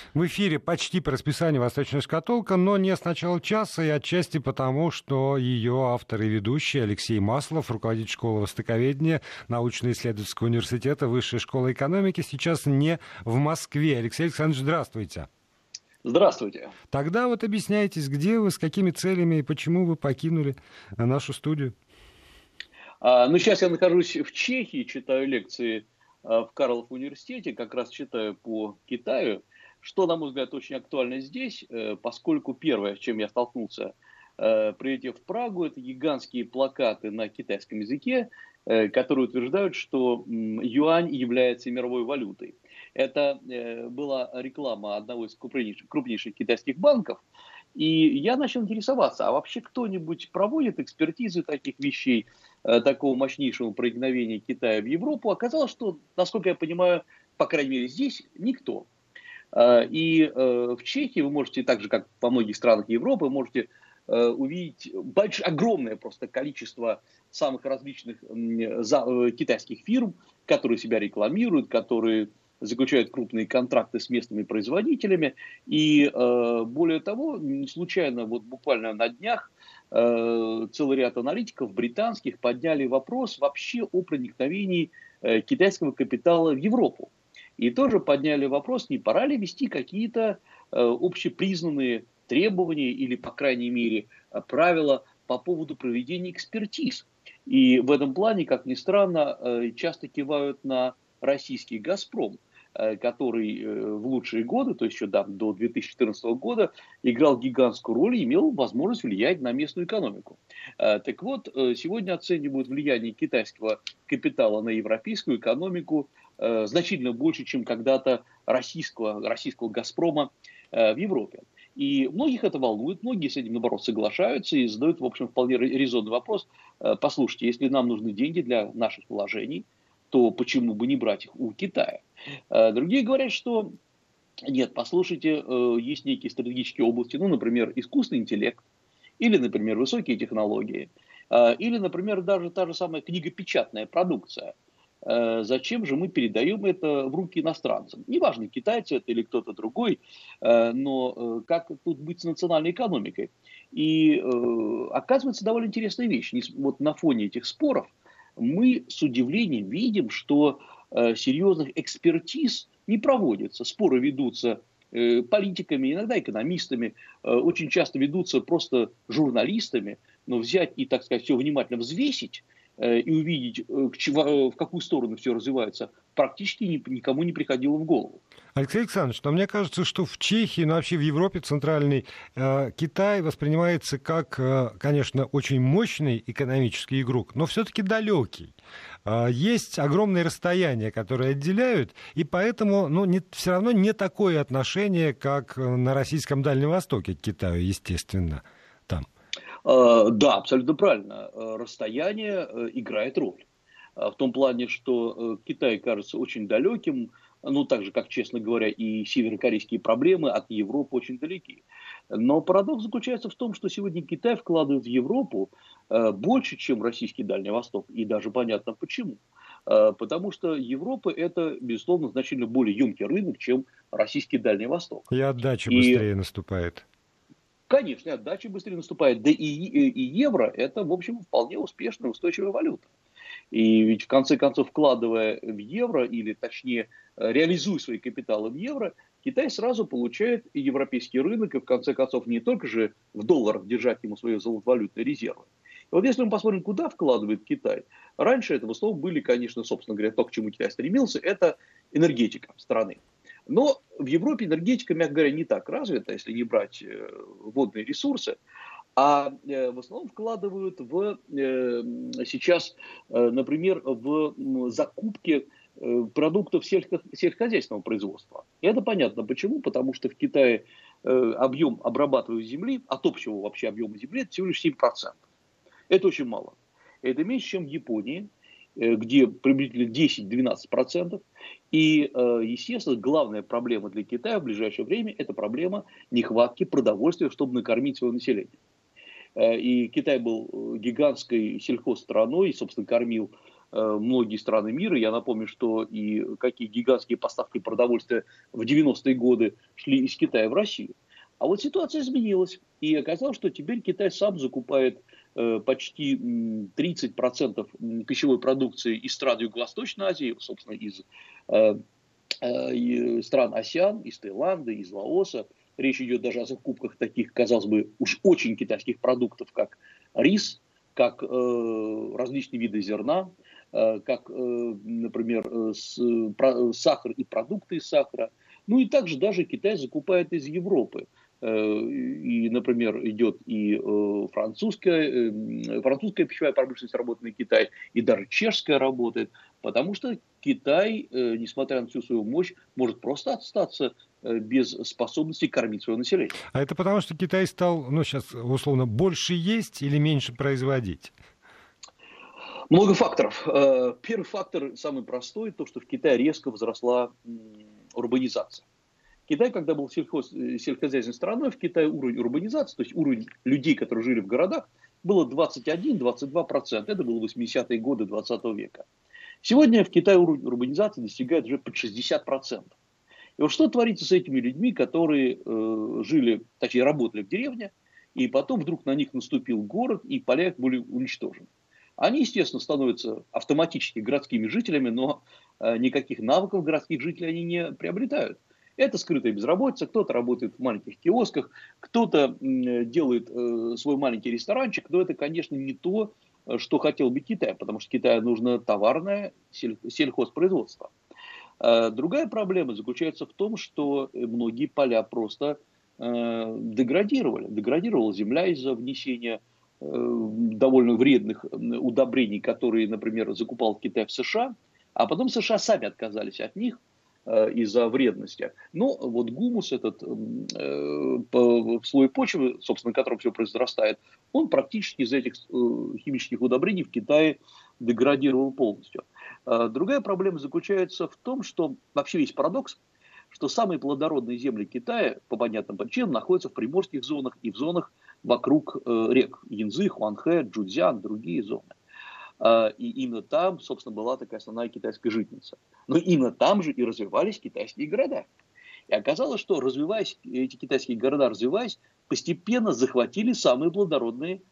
В эфире почти по расписанию «Восточная шкатулка», но не с начала часа, и отчасти потому, что ее автор и ведущий Алексей Маслов, руководитель школы востоковедения научно-исследовательского университета Высшей школы экономики, сейчас не в Москве. Алексей Александрович, здравствуйте. Здравствуйте. Тогда вот объясняйтесь, где вы, с какими целями и почему вы покинули нашу студию. Сейчас я нахожусь в Чехии, читаю лекции в Карлов университете, как раз читаю по Китаю, что, на мой взгляд, очень актуально здесь, поскольку первое, с чем я столкнулся, прилетев в Прагу, это гигантские плакаты на китайском языке, которые утверждают, что юань является мировой валютой. Это была реклама одного из крупнейших китайских банков, и я начал интересоваться, а вообще кто-нибудь проводит экспертизы таких вещей, такого мощнейшего проникновения Китая в Европу? Оказалось, что, насколько я понимаю, по крайней мере здесь, никто. И в Чехии вы можете, так же как во многих странах Европы, можете увидеть огромное просто количество самых различных китайских фирм, которые себя рекламируют, которые заключают крупные контракты с местными производителями. И более того, не случайно, вот буквально на днях целый ряд аналитиков британских подняли вопрос вообще о проникновении китайского капитала в Европу. И тоже подняли вопрос, не пора ли ввести какие-то общепризнанные требования или, по крайней мере, правила по поводу проведения экспертиз. И в этом плане, как ни странно, часто кивают на российский «Газпром», который в лучшие годы, то есть еще до 2014 года, играл гигантскую роль и имел возможность влиять на местную экономику. Так вот, сегодня оценивают влияние китайского капитала на европейскую экономику значительно больше, чем когда-то российского «Газпрома» в Европе. И многих это волнует, многие с этим, наоборот, соглашаются и задают, в общем, вполне резонный вопрос. Послушайте, если нам нужны деньги для наших вложений, то почему бы не брать их у Китая? Другие говорят, что нет, послушайте, есть некие стратегические области, ну, например, искусственный интеллект, или, например, высокие технологии, или, например, даже та же самая книгопечатная продукция. Зачем же мы передаем это в руки иностранцам? Неважно, китайцы это или кто-то другой, но как тут быть с национальной экономикой? И оказывается довольно интересная вещь. Вот на фоне этих споров мы с удивлением видим, что серьезных экспертиз не проводится. Споры ведутся политиками, иногда экономистами, очень часто ведутся просто журналистами, но взять и, так сказать, все внимательно взвесить и увидеть, в какую сторону все развивается, практически никому не приходило в голову. Алексей Александрович, но мне кажется, что в Чехии, ну вообще в Европе центральный, Китай воспринимается как, конечно, очень мощный экономический игрок, но все-таки далекий. Есть огромные расстояния, которые отделяют, и поэтому все равно не такое отношение, как на российском Дальнем Востоке к Китаю, естественно, там. Да, абсолютно правильно. Расстояние играет роль. В том плане, что Китай кажется очень далеким, ну, так же, как, честно говоря, и северокорейские проблемы от Европы очень далеки. Но парадокс заключается в том, что сегодня Китай вкладывает в Европу больше, чем российский Дальний Восток. И даже понятно почему. Потому что Европа – это, безусловно, значительно более емкий рынок, чем российский Дальний Восток. И отдача быстрее наступает. Конечно, отдача быстрее наступает. Да и евро – это, в общем, вполне успешная, устойчивая валюта. И ведь, в конце концов, вкладывая в евро, или точнее, реализуя свои капиталы в евро, Китай сразу получает европейский рынок, и, в конце концов, не только же в долларах держать ему свои золотовалютные резервы. И вот если мы посмотрим, куда вкладывает Китай, раньше это в основном были, конечно, собственно говоря, то, к чему Китай стремился, это энергетика страны. Но в Европе энергетика, мягко говоря, не так развита, если не брать водные ресурсы, а в основном вкладывают сейчас, например, в закупки продуктов сельскохозяйственного производства. И это понятно почему, потому что в Китае объем обрабатываемой земли, от общего вообще объема земли, это всего лишь 7%. Это очень мало. Это меньше, чем в Японии, где приблизительно 10-12%. И, естественно, главная проблема для Китая в ближайшее время – это проблема нехватки продовольствия, чтобы накормить свое население. И Китай был гигантской сельхозстраной, и, собственно, кормил многие страны мира. Я напомню, что и какие гигантские поставки продовольствия в 90-е годы шли из Китая в Россию. А вот ситуация изменилась. И оказалось, что теперь Китай сам закупает почти 30% пищевой продукции из стран Юго-Восточной Азии, собственно, из стран АСЕАН, из Таиланда, из Лаоса. Речь идет даже о закупках таких, казалось бы, уж очень китайских продуктов, как рис, как различные виды зерна, как, например, сахар и продукты из сахара. Ну и также даже Китай закупает из Европы. И, например, идет и французская пищевая промышленность работает на Китай, и даже чешская работает, потому что Китай, несмотря на всю свою мощь, может просто остаться без способности кормить свое население. А это потому, что Китай стал, ну, сейчас условно, больше есть или меньше производить? Много факторов. Первый фактор, самый простой, то, что в Китае резко возросла урбанизация. Китай, когда был сельскохозяйственной страной, в Китае уровень урбанизации, то есть уровень людей, которые жили в городах, было 21-22%. Это было 80-е годы 20 века. Сегодня в Китае уровень урбанизации достигает уже под 60%. И вот что творится с этими людьми, которые жили, точнее работали в деревне, и потом вдруг на них наступил город, и поля их были уничтожены. Они, естественно, становятся автоматически городскими жителями, но никаких навыков городских жителей они не приобретают. Это скрытая безработица, кто-то работает в маленьких киосках, кто-то делает свой маленький ресторанчик, но это, конечно, не то, что хотел бы Китай, потому что Китаю нужно товарное сельхозпроизводство. Другая проблема заключается в том, что многие поля просто деградировали. Деградировала земля из-за внесения довольно вредных удобрений, которые, например, закупал Китай в США, а потом США сами отказались от них из-за вредности. Но вот гумус, этот слой почвы, собственно, на котором все произрастает, он практически из этих химических удобрений в Китае деградировал полностью. Другая проблема заключается в том, что вообще весь парадокс, что самые плодородные земли Китая, по понятным причинам, находятся в приморских зонах и в зонах вокруг рек Янцзы, Хуанхэ, Чжуцзян, другие зоны. И именно там, собственно, была такая основная китайская житница. Но именно там же и развивались китайские города. И оказалось, что эти китайские города развиваясь, постепенно захватили самые плодородные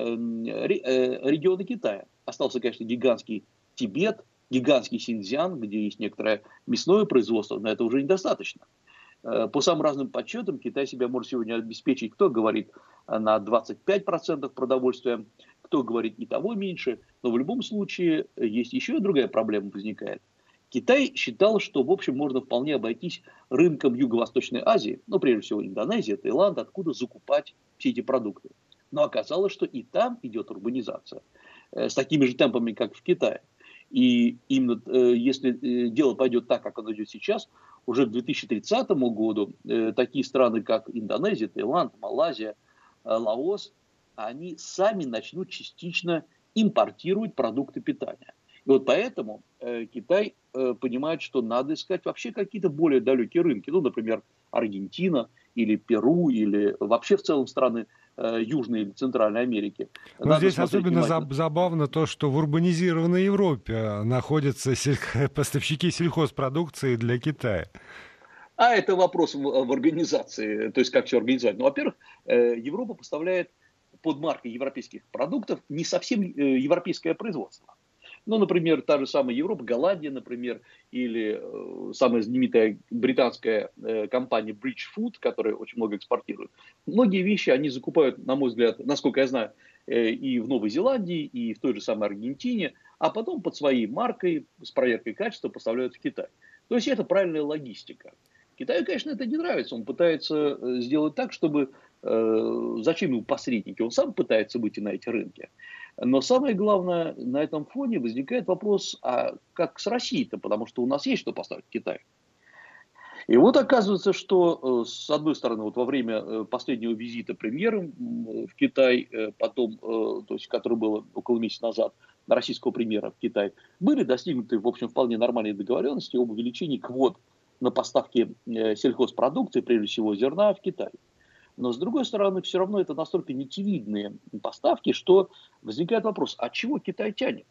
регионы Китая. Остался, конечно, гигантский Тибет, гигантский Синьцзян, где есть некоторое мясное производство, но это уже недостаточно. По самым разным подсчетам, Китай себя может сегодня обеспечить, кто говорит, на 25% продовольствия, кто говорит и того меньше. Но в любом случае есть еще и другая проблема возникает. Китай считал, что в общем можно вполне обойтись рынком Юго-Восточной Азии, ну прежде всего Индонезия, Таиланд, откуда закупать все эти продукты. Но оказалось, что и там идет урбанизация с такими же темпами, как в Китае. И именно если дело пойдет так, как оно идет сейчас, уже к 2030 году такие страны, как Индонезия, Таиланд, Малайзия, Лаос, они сами начнут частично импортировать продукты питания. И вот поэтому Китай понимает, что надо искать вообще какие-то более далекие рынки. Ну, например, Аргентина или Перу, или вообще в целом страны Южной или Центральной Америки. Но здесь особенно забавно то, что в урбанизированной Европе находятся поставщики сельхозпродукции для Китая. А это вопрос в организации, то есть как все организовать. Ну, во-первых, Европа поставляет под маркой европейских продуктов не совсем европейское производство. Ну, например, та же самая Европа, Голландия, например, или самая знаменитая британская компания Bridge Food, которая очень много экспортирует. Многие вещи они закупают, на мой взгляд, насколько я знаю, и в Новой Зеландии, и в той же самой Аргентине, а потом под своей маркой с проверкой качества поставляют в Китай. То есть это правильная логистика. Китаю, конечно, это не нравится. Он пытается сделать так, чтобы... Зачем ему посредники? Он сам пытается выйти на эти рынки. Но самое главное, на этом фоне возникает вопрос, а как с Россией-то? Потому что у нас есть что поставить в Китай. И вот оказывается, что с одной стороны, вот во время последнего визита премьера в Китай, потом, то есть, который был около месяца назад, российского премьера в Китай, были достигнуты, в общем, вполне нормальные договоренности об увеличении квот на поставки сельхозпродукции, прежде всего зерна, в Китай. Но, с другой стороны, все равно это настолько нитевидные поставки, что возникает вопрос, а чего Китай тянет?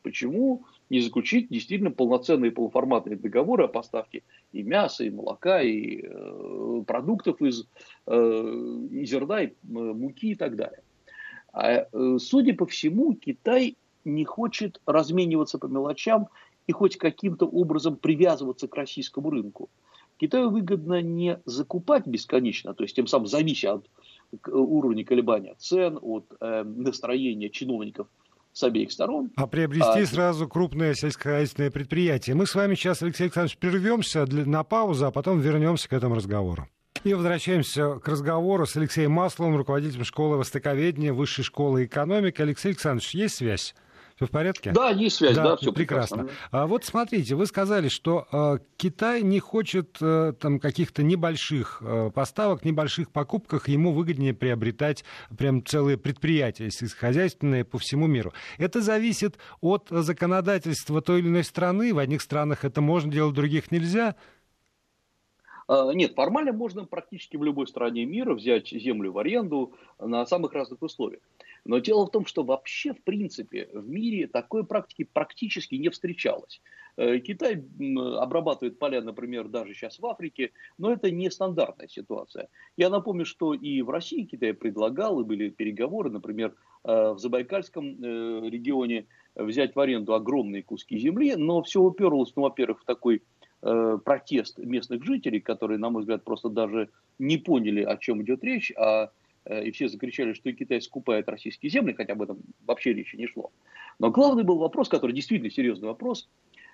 Почему не заключить действительно полноценные полноформатные договоры о поставке и мяса, и молока, и продуктов из и зерна, и муки и так далее. Судя по всему, Китай не хочет размениваться по мелочам и хоть каким-то образом привязываться к российскому рынку. Китаю выгодно не закупать бесконечно, то есть тем самым завися от уровня колебания цен, от настроения чиновников с обеих сторон. А приобрести сразу крупное сельскохозяйственное предприятие. Мы с вами сейчас, Алексей Александрович, прервемся на паузу, а потом вернемся к этому разговору. И возвращаемся к разговору с Алексеем Масловым, руководителем школы востоковедения Высшей школы экономики. Алексей Александрович, есть связь? Все в порядке? Да, есть связь, да, все прекрасно. прекрасно. А вот смотрите, вы сказали, что Китай не хочет там каких-то небольших поставок, небольших покупках, ему выгоднее приобретать прям целые предприятия сельскохозяйственные по всему миру. Это зависит от законодательства той или иной страны. В одних странах это можно делать, в других нельзя. Нет, формально можно практически в любой стране мира взять землю в аренду на самых разных условиях. Но дело в том, что вообще, в принципе, в мире такой практики практически не встречалось. Китай обрабатывает поля, например, даже сейчас в Африке, но это не стандартная ситуация. Я напомню, что и в России Китай предлагал, и были переговоры, например, в Забайкальском регионе взять в аренду огромные куски земли, но все уперлось, ну, во-первых, в такой протест местных жителей, которые, на мой взгляд, просто даже не поняли, о чем идет речь, и все закричали, что Китай скупает российские земли, хотя об этом вообще речи не шло. Но главный был вопрос, который действительно серьезный вопрос,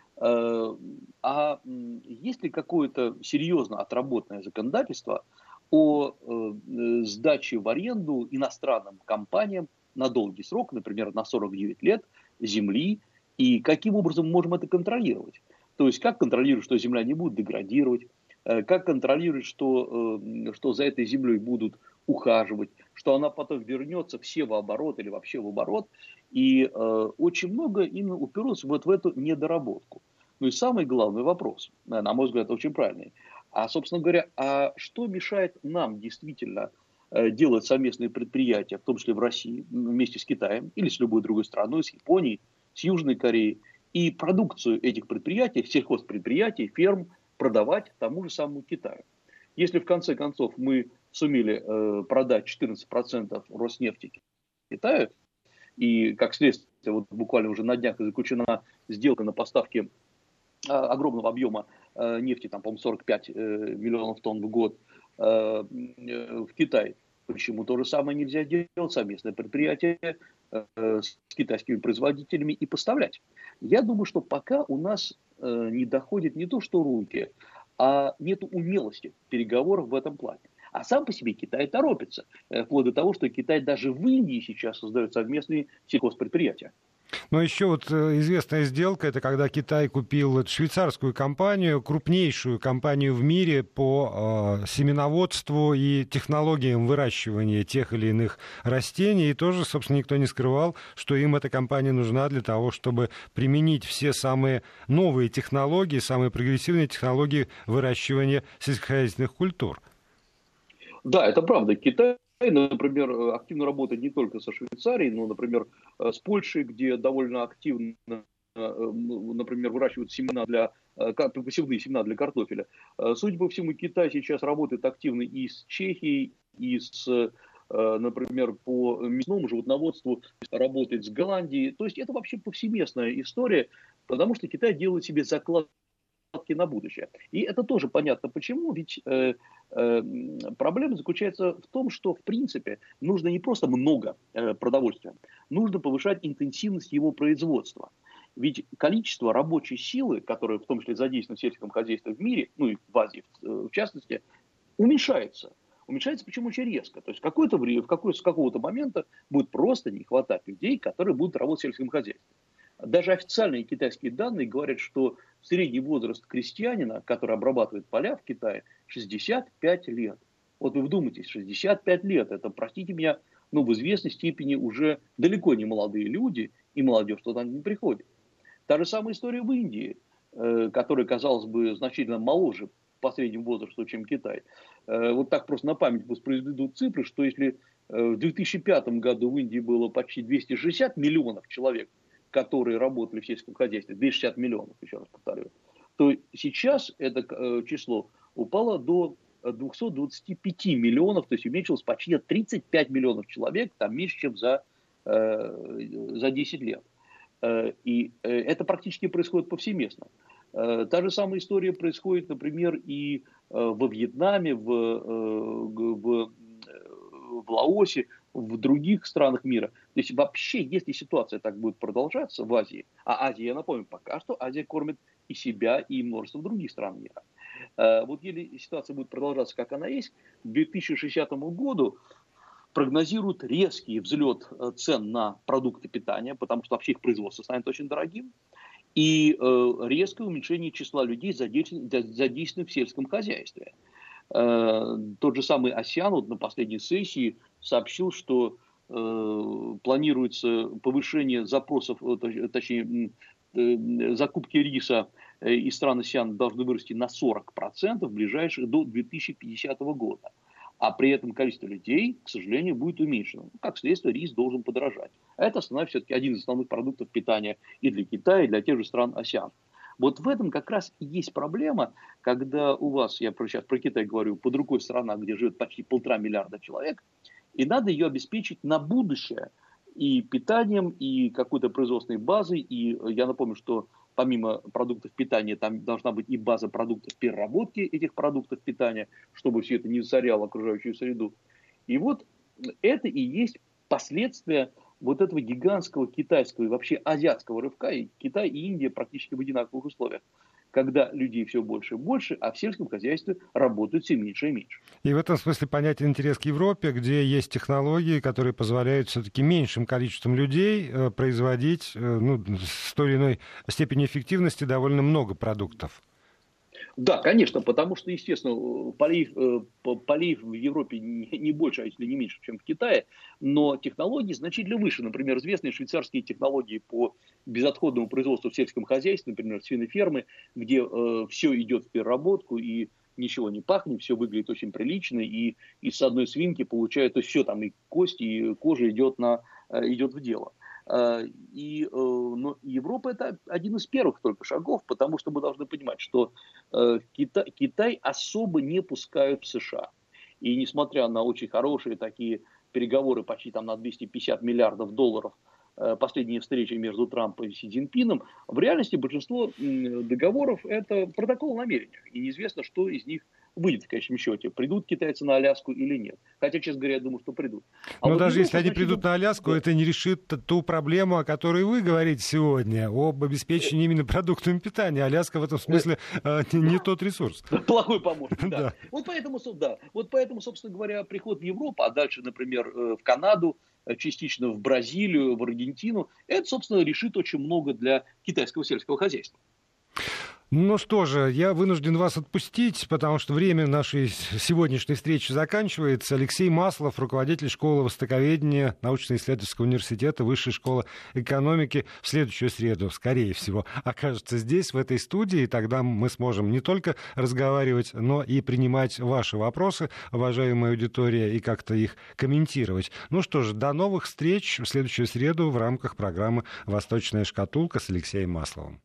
есть ли какое-то серьезно отработанное законодательство о сдаче в аренду иностранным компаниям на долгий срок, например, на 49 лет, земли, и каким образом мы можем это контролировать? То есть, как контролировать, что земля не будет деградировать, как контролировать, что за этой землей будут ухаживать, что она потом вернется в севооборот или вообще в оборот. И очень много именно уперлось вот в эту недоработку. Ну и самый главный вопрос, на мой взгляд, очень правильный. Собственно говоря, что мешает нам действительно делать совместные предприятия, в том числе в России, вместе с Китаем или с любой другой страной, с Японией, с Южной Кореей, и продукцию этих предприятий, сельхозпредприятий, ферм продавать тому же самому Китаю. Если в конце концов мы сумели продать 14% Роснефти Китаю, и как следствие, вот буквально уже на днях заключена сделка на поставки огромного объема нефти, там, по-моему, 45 миллионов тонн в год в Китай. Почему то же самое нельзя делать, совместное предприятие с китайскими производителями и поставлять? Я думаю, что пока у нас не доходит не то что руки, а нет умелости переговоров в этом плане. А сам по себе Китай торопится, вплоть до того, что Китай даже в Индии сейчас создает совместные сельхозпредприятия. Но еще вот известная сделка, это когда Китай купил швейцарскую компанию, крупнейшую компанию в мире по семеноводству и технологиям выращивания тех или иных растений. И тоже, собственно, никто не скрывал, что им эта компания нужна для того, чтобы применить все самые новые технологии, самые прогрессивные технологии выращивания сельскохозяйственных культур. Да, это правда. Китай, например, активно работает не только со Швейцарией, но, например, с Польшей, где довольно активно, например, выращивают посевные семена для картофеля. Судя по всему, Китай сейчас работает активно и с Чехией, и например, по мясному животноводству работает с Голландией. То есть это вообще повсеместная история, потому что Китай делает себе закладки на будущее. И это тоже понятно почему, ведь проблема заключается в том, что в принципе нужно не просто много продовольствия, нужно повышать интенсивность его производства. Ведь количество рабочей силы, которая в том числе задействована в сельском хозяйстве в мире, ну и в Азии в частности, уменьшается. Уменьшается причем очень резко. То есть какое-то время, с какого-то момента будет просто не хватать людей, которые будут работать в сельском хозяйстве. Даже официальные китайские данные говорят, что средний возраст крестьянина, который обрабатывает поля в Китае, 65 лет. Вот вы вдумайтесь, 65 лет, это, простите меня, в известной степени уже далеко не молодые люди, и молодежь туда не приходит. Та же самая история в Индии, которая, казалось бы, значительно моложе по среднему возрасту, чем Китай. Вот так просто на память воспроизведу цифры, что если в 2005 году в Индии было почти 260 миллионов человек, которые работали в сельском хозяйстве, 260 миллионов, еще раз повторю, то сейчас это число упало до 225 миллионов, то есть уменьшилось почти на 35 миллионов человек, там меньше, чем за 10 лет. И это практически происходит повсеместно. Та же самая история происходит, например, и во Вьетнаме, в Лаосе, в других странах мира. То есть вообще, если ситуация так будет продолжаться в Азии, а Азия, я напомню, пока что Азия кормит и себя, и множество других стран мира. Вот если ситуация будет продолжаться, как она есть, к 2060 году прогнозируют резкий взлет цен на продукты питания, потому что вообще их производство станет очень дорогим, и резкое уменьшение числа людей, задействованных в сельском хозяйстве. Тот же самый АСЕАН вот на последней сессии сообщил, что планируется повышение запросов, точнее, закупки риса из стран АСЕАН должны вырасти на 40% в ближайших до 2050 года. А при этом количество людей, к сожалению, будет уменьшено. Как следствие, рис должен подорожать. А это все-таки один из основных продуктов питания и для Китая, и для тех же стран АСЕАН. Вот в этом как раз и есть проблема, когда у вас, я сейчас про Китай говорю, под рукой страна, где живет почти 1,5 миллиарда человек, и надо ее обеспечить на будущее и питанием, и какой-то производственной базой. И я напомню, что помимо продуктов питания, там должна быть и база продуктов переработки этих продуктов питания, чтобы все это не засоряло окружающую среду. И вот это и есть последствия вот этого гигантского китайского и вообще азиатского рывка. И Китай и Индия практически в одинаковых условиях, когда людей все больше и больше, а в сельском хозяйстве работают все меньше и меньше. И в этом смысле понятен интерес к Европе, где есть технологии, которые позволяют все-таки меньшим количеством людей производить с той или иной степенью эффективности довольно много продуктов. Да, конечно, потому что, естественно, полей в Европе не больше, а если не меньше, чем в Китае, но технологии значительно выше. Например, известные швейцарские технологии по безотходному производству в сельском хозяйстве, например, свинофермы, где все идет в переработку и ничего не пахнет, все выглядит очень прилично, и с одной свинки получают, то есть все там, и кости, и кожа идет в дело. Но Европа это один из первых только шагов, потому что мы должны понимать, что Китай особо не пускают в США. И несмотря на очень хорошие такие переговоры почти там на 250 миллиардов долларов, последние встречи между Трампом и Си Цзиньпином, в реальности большинство договоров это протокол о намерениях. И неизвестно, что из них выйдет в конечном счете. Придут китайцы на Аляску или нет. Хотя, честно говоря, я думаю, что придут. Но вот даже если они придут на Аляску, это не решит ту проблему, о которой вы говорите сегодня, об обеспечении именно продуктами питания. Аляска в этом смысле не тот ресурс. Плохой помощник, да. Вот поэтому, собственно говоря, приход в Европу, а дальше, например, в Канаду, частично в Бразилию, в Аргентину, это, собственно, решит очень много для китайского сельского хозяйства. Ну что же, я вынужден вас отпустить, потому что время нашей сегодняшней встречи заканчивается. Алексей Маслов, руководитель школы востоковедения научно-исследовательского университета Высшей школы экономики, в следующую среду, скорее всего, окажется здесь, в этой студии, и тогда мы сможем не только разговаривать, но и принимать ваши вопросы, уважаемая аудитория, и как-то их комментировать. Ну что же, до новых встреч в следующую среду в рамках программы «Восточная шкатулка» с Алексеем Масловым.